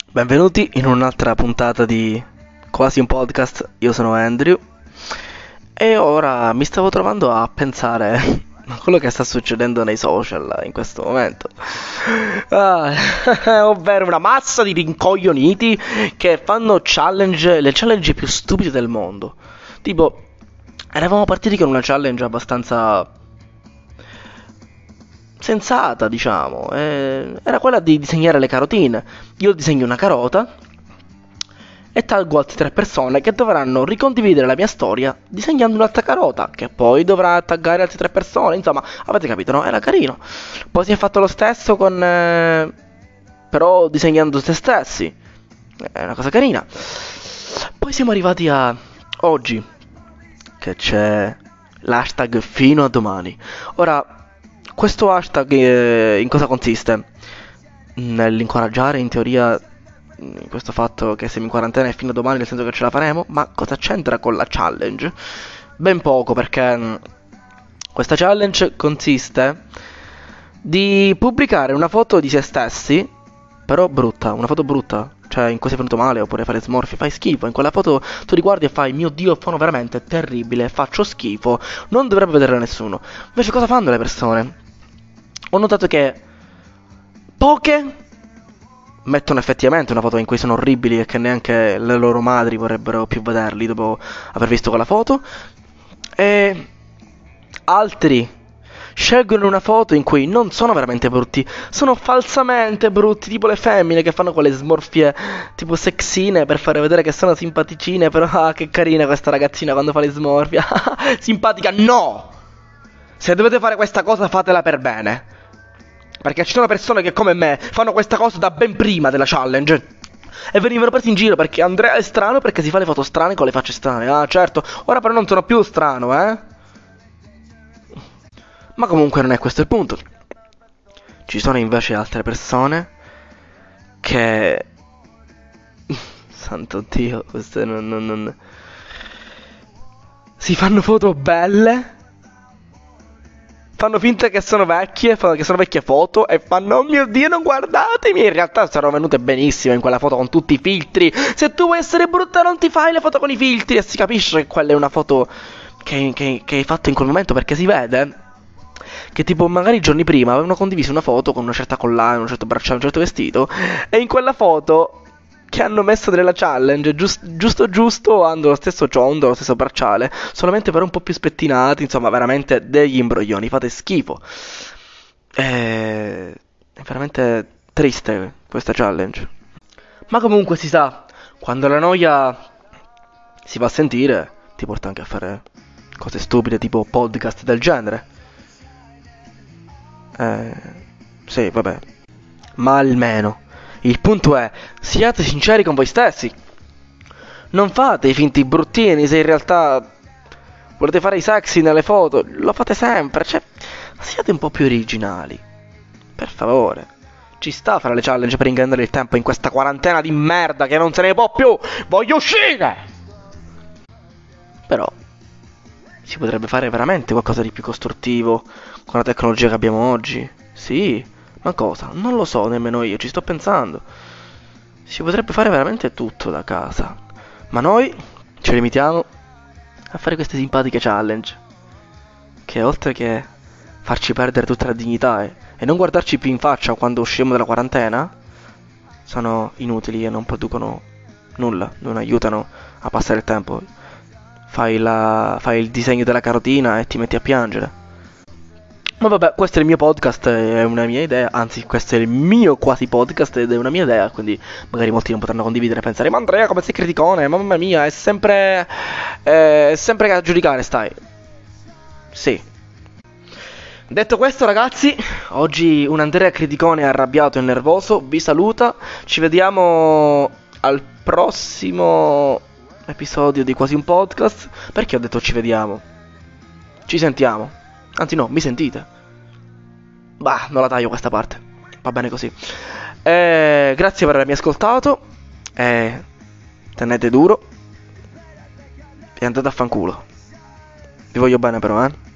Benvenuti in un'altra puntata di Quasi un podcast. Io sono Andrew e ora mi stavo trovando a pensare a quello che sta succedendo nei social in questo momento. Ah, ovvero una massa di rincoglioniti che fanno challenge, le challenge più stupide del mondo. Tipo, eravamo partiti con una challenge abbastanza sensata, diciamo. Era quella di disegnare le carotine. Io disegno una carota e taggo altre tre persone che dovranno ricondividere la mia storia disegnando un'altra carota, che poi dovrà taggare altre tre persone. Insomma, avete capito, no? Era carino. Poi si è fatto lo stesso con... però disegnando se stessi. È una cosa carina. Poi siamo arrivati a oggi, che c'è l'hashtag fino a domani. Ora, questo hashtag in cosa consiste? Nell'incoraggiare in teoria questo fatto che siamo in quarantena e fino a domani, nel senso che ce la faremo, ma cosa c'entra con la challenge? Ben poco, perché questa challenge consiste di pubblicare una foto di se stessi, però brutta, una foto brutta, cioè in cui sei venuto male, oppure fare smorfie, fai schifo. In quella foto tu ti guardi e fai, mio Dio, sono veramente terribile, faccio schifo, non dovrebbe vederla nessuno. Invece cosa fanno le persone? Ho notato che poche mettono effettivamente una foto in cui sono orribili e che neanche le loro madri vorrebbero più vederli dopo aver visto quella foto, e altri scelgono una foto in cui non sono veramente brutti, sono falsamente brutti, tipo le femmine che fanno quelle smorfie tipo sexine per fare vedere che sono simpaticine, però ah, che carina questa ragazzina quando fa le smorfie. Simpatica, no! Se dovete fare questa cosa fatela per bene. Perché ci sono persone che come me fanno questa cosa da ben prima della challenge e venivano presi in giro perché Andrea è strano perché si fa le foto strane con le facce strane. Ah, certo, ora però non sono più strano, eh? Ma comunque non è questo il punto. Ci sono invece altre persone che... Santo Dio, queste non... Si fanno foto belle, fanno finta che sono vecchie, che sono vecchie foto e fanno, oh mio Dio, non guardatemi. In realtà saranno venute benissimo in quella foto con tutti i filtri. Se tu vuoi essere brutta non ti fai le foto con i filtri. E si capisce che quella è una foto che hai fatto in quel momento, perché si vede che tipo magari giorni prima avevano condiviso una foto con una certa collana, un certo bracciale, un certo vestito, e in quella foto che hanno messo nella challenge, giusto hanno lo stesso ciondo, lo stesso bracciale, solamente però un po' più spettinati. Insomma, veramente degli imbroglioni, fate schifo. È veramente triste questa challenge. Ma comunque si sa, quando la noia si va a sentire, ti porta anche a fare cose stupide tipo podcast del genere. Eh, sì, vabbè. Ma almeno, il punto è, siate sinceri con voi stessi. Non fate i finti bruttini se in realtà volete fare i sexy nelle foto. Lo fate sempre, cioè, siate un po' più originali. Per favore. Ci sta a fare le challenge per ingannare il tempo in questa quarantena di merda che non se ne può più. Voglio uscire! Però si potrebbe fare veramente qualcosa di più costruttivo con la tecnologia che abbiamo oggi. Sì, ma cosa? Non lo so nemmeno io, ci sto pensando. Si potrebbe fare veramente tutto da casa. Ma noi ci limitiamo a fare queste simpatiche challenge, che oltre che farci perdere tutta la dignità e non guardarci più in faccia quando usciamo dalla quarantena, sono inutili e non producono nulla, non aiutano a passare il tempo. Fai il disegno della carotina e ti metti a piangere. Ma vabbè, questo è il mio podcast, è una mia idea, anzi questo è il mio quasi podcast ed è una mia idea, quindi magari molti non potranno condividere e pensare, ma Andrea come sei criticone, mamma mia, è sempre a giudicare stai. Sì. Detto questo ragazzi, oggi un Andrea criticone arrabbiato e nervoso vi saluta, ci vediamo al prossimo episodio di Quasi un podcast. Perché ho detto ci vediamo? Ci sentiamo. Anzi no, mi sentite? Bah, non la taglio questa parte. Va bene così. Grazie per avermi ascoltato. Tenete duro. E andate a fanculo. Vi voglio bene però, eh.